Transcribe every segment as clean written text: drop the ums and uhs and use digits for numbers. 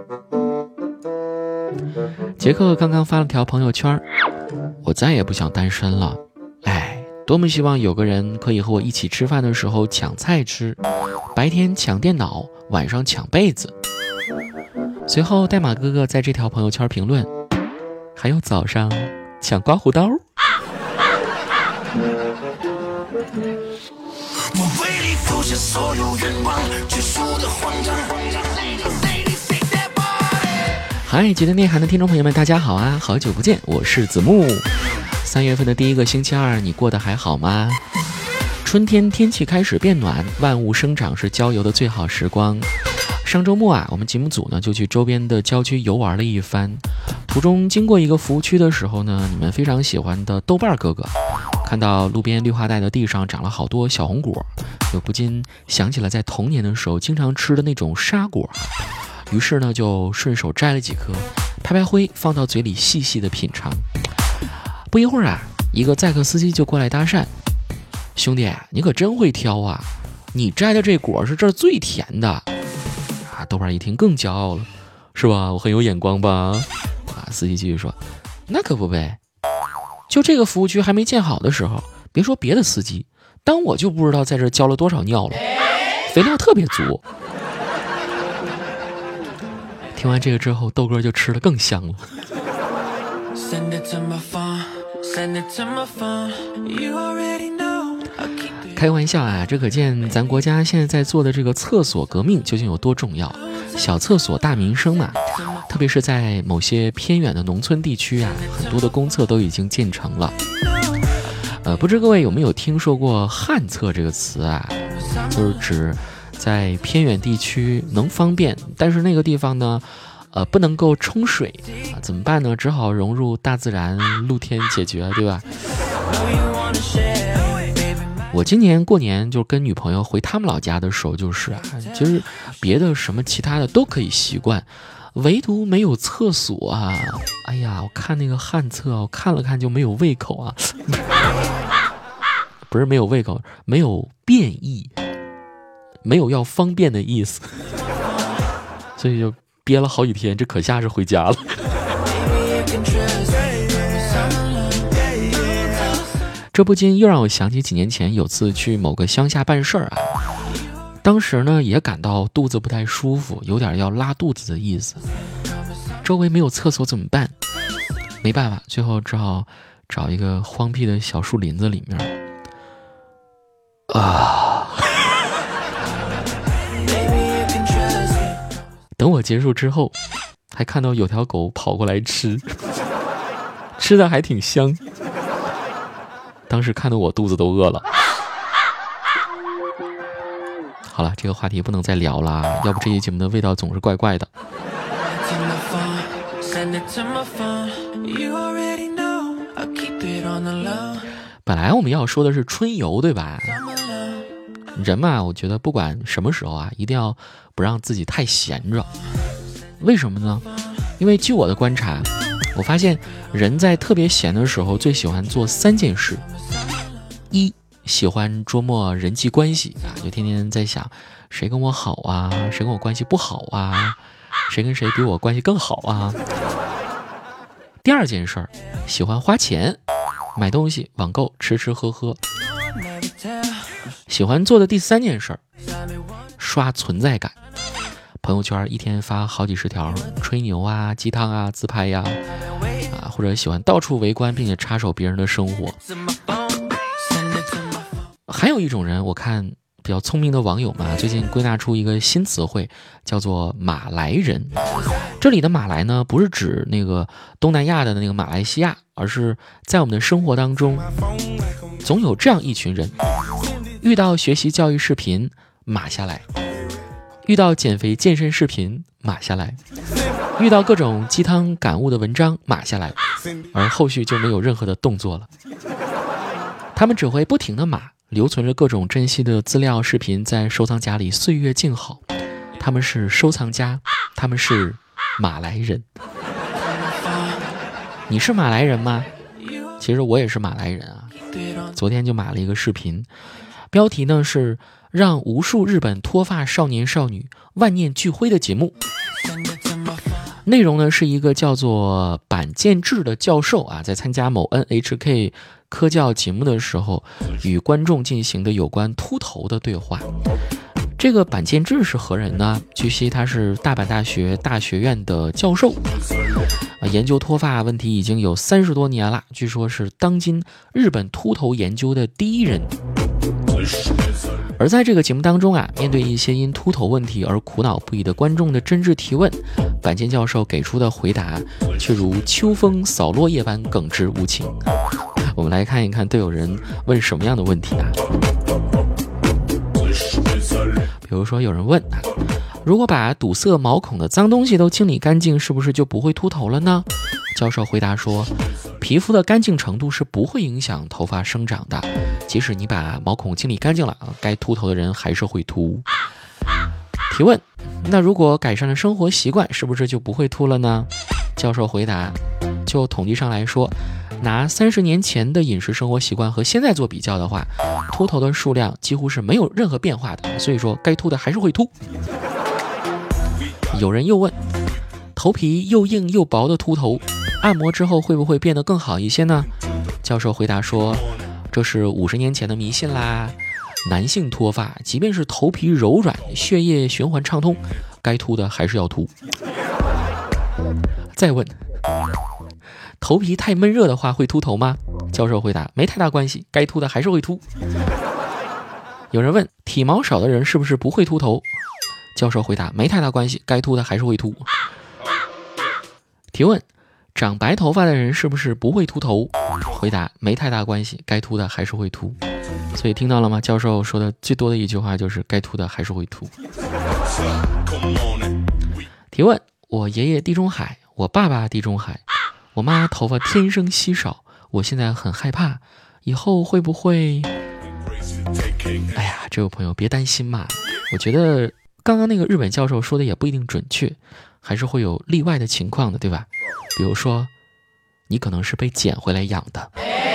杰克刚刚发了条朋友圈，我再也不想单身了，多么希望有个人可以和我一起吃饭的时候抢菜吃，白天抢电脑，晚上抢被子。随后代码哥哥在这条朋友圈评论，还有早上抢刮胡刀。我为你付下所有愿望，结束的慌张。嗨，极度内涵的听众朋友们，大家好啊，好久不见，我是子木。3月份的第一个星期二，你过得还好吗？春天天气开始变暖，万物生长是郊游的最好时光。上周末啊，我们节目组呢就去周边的郊区游玩了一番。途中经过一个服务区的时候呢，你们非常喜欢的豆瓣哥哥看到路边绿化带的地上长了好多小红果，就不禁想起了在童年的时候经常吃的那种沙果，于是呢就顺手摘了几颗，拍拍灰放到嘴里细细的品尝。不一会儿啊，一个载客司机就过来搭讪，兄弟，你可真会挑啊，你摘的这果是这儿最甜的啊！豆瓣一听更骄傲了，是吧？我很有眼光吧？啊，司机继续说，那可不呗，就这个服务区还没建好的时候，别说别的司机，当我就不知道在这浇了多少尿了，肥料特别足。听完这个之后，豆哥就吃得更香了。开玩笑啊，这可见咱国家现在在做的这个厕所革命究竟有多重要。小厕所大民生嘛，特别是在某些偏远的农村地区啊，很多的公厕都已经建成了。不知各位有没有听说过旱厕这个词啊？就是指在偏远地区能方便，但是那个地方呢不能够冲水啊，怎么办呢？只好融入大自然，露天解决，对吧？我今年过年就跟女朋友回他们老家的时候，就是啊，其实别的什么其他的都可以习惯，唯独没有厕所啊！哎呀，我看那个旱厕，我看了看就没有胃口啊，不是没有胃口，没有便意，没有要方便的意思，所以就憋了好几天，这可下是回家了。这不禁又让我想起几年前有次去某个乡下办事儿啊，当时呢也感到肚子不太舒服，有点要拉肚子的意思，周围没有厕所怎么办？没办法，最后只好找一个荒僻的小树林子里面啊。等我结束之后，还看到有条狗跑过来吃，吃的还挺香。当时看得我肚子都饿了。好了，这个话题不能再聊了，要不这期节目的味道总是怪怪的。本来我们要说的是春游，对吧？人嘛，我觉得不管什么时候啊，一定要不让自己太闲着。为什么呢？因为据我的观察，我发现人在特别闲的时候最喜欢做3件事。一，喜欢琢磨人际关系啊，就天天在想谁跟我好啊，谁跟我关系不好啊，谁跟谁比我关系更好啊。第2件事，喜欢花钱，买东西、网购、吃吃喝喝。喜欢做的第3件事，刷存在感。朋友圈一天发好几十条吹牛啊、鸡汤啊、自拍呀，或者喜欢到处围观并且插手别人的生活。还有一种人，我看比较聪明的网友嘛，最近归纳出一个新词汇，叫做马来人。这里的马来呢，不是指那个东南亚的那个马来西亚，而是在我们的生活当中，总有这样一群人，遇到学习教育视频码下来，遇到减肥健身视频码下来，遇到各种鸡汤感悟的文章码下来，而后续就没有任何的动作了。他们只会不停地码，留存着各种珍惜的资料视频，在收藏夹里岁月静好。他们是收藏家，他们是马来人。你是马来人吗？其实我也是马来人啊。昨天就码了一个视频，标题呢是让无数日本脱发少年少女万念俱灰的节目。 内容呢是一个叫做板建志的教授啊，在参加某 NHK 科教节目的时候，与观众进行的有关秃头的对话。这个板建志是何人呢？据悉他是大阪大学大学院的教授，研究脱发问题已经有30多年了，据说是当今日本秃头研究的第一人。而在这个节目当中啊，面对一些因秃头问题而苦恼不已的观众的真挚提问，板间教授给出的回答却如秋风扫落叶般耿直无情。我们来看一看都有人问什么样的问题啊？比如说有人问啊，如果把堵塞毛孔的脏东西都清理干净，是不是就不会秃头了呢？教授回答说，皮肤的干净程度是不会影响头发生长的，即使你把毛孔清理干净了，该秃头的人还是会秃。提问，那如果改善了生活习惯，是不是就不会秃了呢？教授回答，就统计上来说，拿30年前的饮食生活习惯和现在做比较的话，秃头的数量几乎是没有任何变化的，所以说该秃的还是会秃。有人又问，头皮又硬又薄的秃头，按摩之后会不会变得更好一些呢？教授回答说，这是50年前的迷信啦。男性脱发，即便是头皮柔软，血液循环畅通，该秃的还是要秃。再问，头皮太闷热的话会秃头吗？教授回答，没太大关系，该秃的还是会秃。有人问，体毛少的人是不是不会秃头？教授回答，没太大关系，该秃的还是会秃。提问，长白头发的人是不是不会秃头？回答，没太大关系，该秃的还是会秃。所以听到了吗？教授说的最多的一句话就是该秃的还是会秃。提问，我爷爷地中海，我爸爸地中海，我妈头发天生稀少，我现在很害怕，以后会不会……哎呀，这位朋友别担心嘛，我觉得刚刚那个日本教授说的也不一定准确，还是会有例外的情况的，对吧？比如说你可能是被捡回来养的。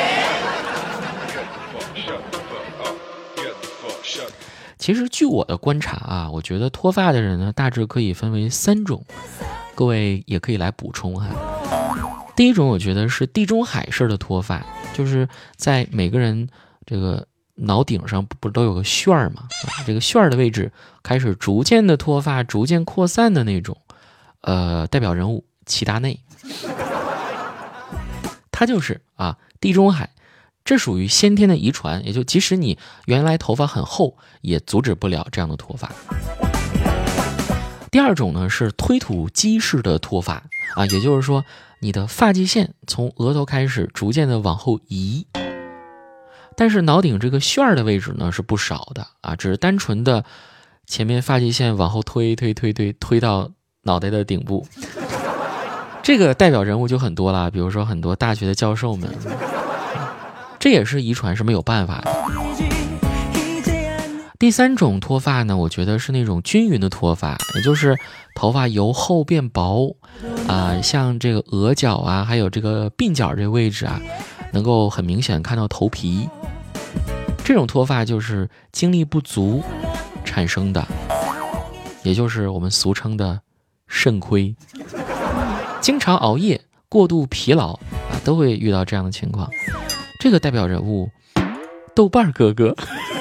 其实据我的观察啊，我觉得脱发的人呢，大致可以分为3种，各位也可以来补充哈。第一种我觉得是地中海式的脱发，就是在每个人这个脑顶上不都有个旋儿吗？这个旋儿的位置开始逐渐的脱发，逐渐扩散的那种。代表人物齐达内，他就是地中海，这属于先天的遗传，也就即使你原来头发很厚，也阻止不了这样的脱发。第二种呢是推土机式的脱发也就是说你的发际线从额头开始逐渐的往后移，但是脑顶这个旋儿的位置呢是不少的只是单纯的前面发际线往后推到脑袋的顶部。这个代表人物就很多啦，比如说很多大学的教授们，这也是遗传，是没有办法的。第3种脱发呢，我觉得是那种均匀的脱发，也就是头发由厚变薄像这个额角还有这个鬓角这个位置能够很明显看到头皮。这种脱发就是精力不足产生的，也就是我们俗称的肾亏。经常熬夜、过度疲劳都会遇到这样的情况。这个代表人物豆瓣哥哥。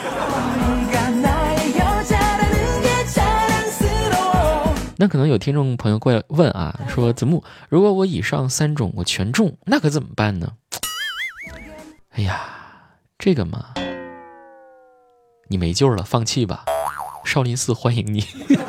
那可能有听众朋友过来问说子木，如果我以上3种我全中，那可怎么办呢？哎呀，这个嘛，你没救了，放弃吧，少林寺欢迎你。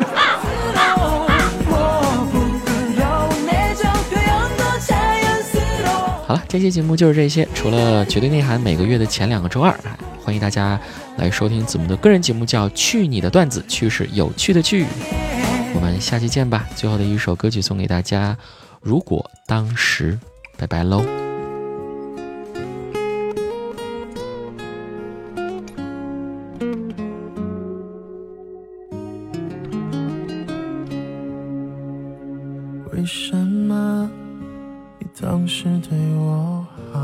好了，这期节目就是这些，除了绝对内涵每个月的前2个周二，欢迎大家来收听子木的个人节目，叫去你的段子，去是有趣的去。我们下期见吧，最后的一首歌曲送给大家，如果当时，拜拜喽。 为什么你当时对我好，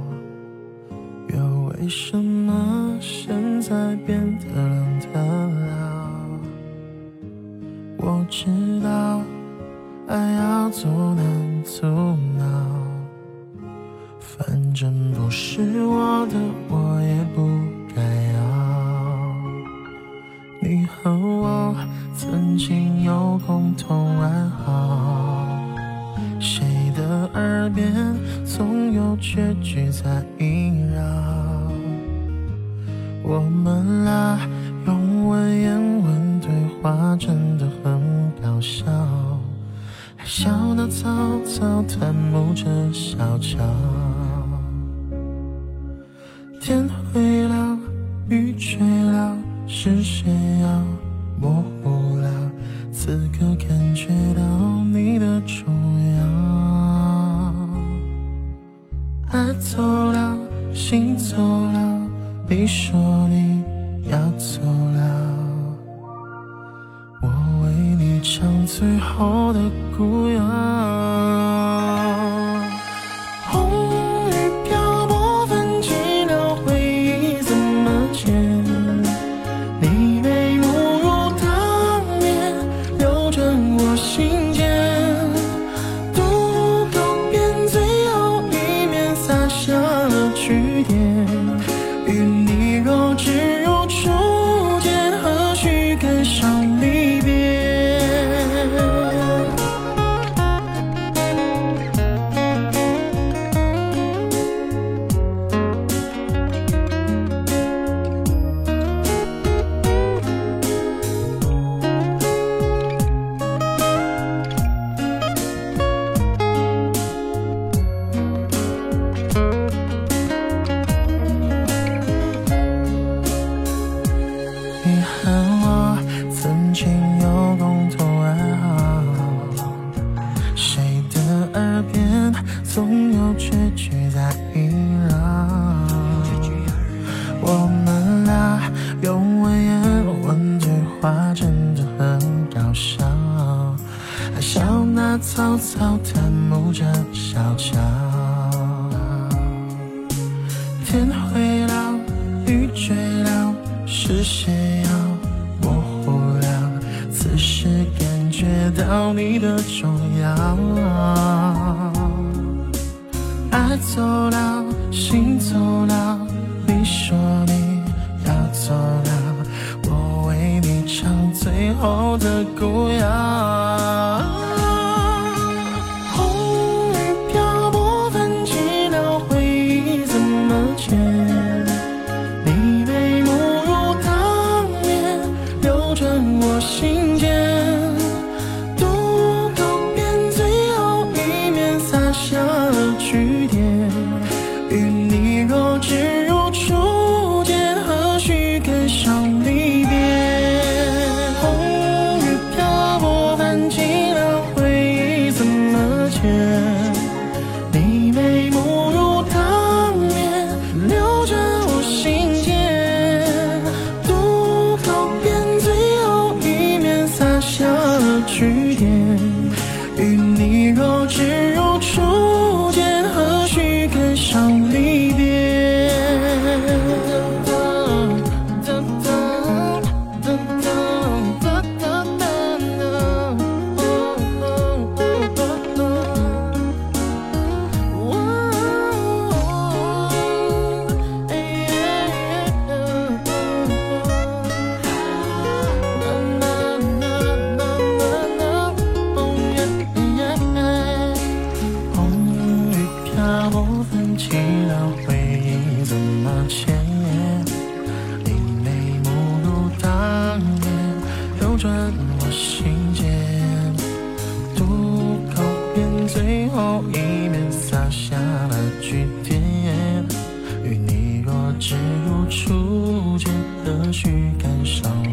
又为什么现在变得冷得了？我知道爱要要阻拦阻挠，反正不是我的，我也不该要。你和我曾经有共同爱好，谁的耳边总有绝句在萦绕。我们俩用文言文对话真的很搞笑，还笑得草草弹幕着小桥。天灰了，雨吹了，是谁要模糊了？此刻感觉到你的重要。爱走了，心走了，你说你要走了，我为你唱最后的古谣。红雨漂泊泛起了回忆怎么剪，你眉目如当面留着我心间，渡口边最后一面洒下了句点，与你若只有初见，何须感伤离别。你和我曾经有共同爱好，谁的耳边总有绝句在萦绕。我们俩用文言文对话真的很搞笑，还笑那草草弹幕着小桥。天灰了，雨坠了，是谁要模糊了？此时感觉到你的重要。爱走了，心走了，你说你要走了，我为你唱最后的古谣。红雨漂泊泛起了回忆怎么剪，你眉目如当面留着我心间，渡口边最后一面洒下了句点，与你若只有初见，何须感伤离别。红雨漂泊泛起了回忆怎么剪，你眉目如当面留着我心间，渡口边最后一面洒下了句点，与你若只有初见，何须感伤离别。红雨漂泊泛起了回忆怎么剪，你眉目如当面留着我心间，渡口边最后一面洒下了句点，与你若只如初见，何须感伤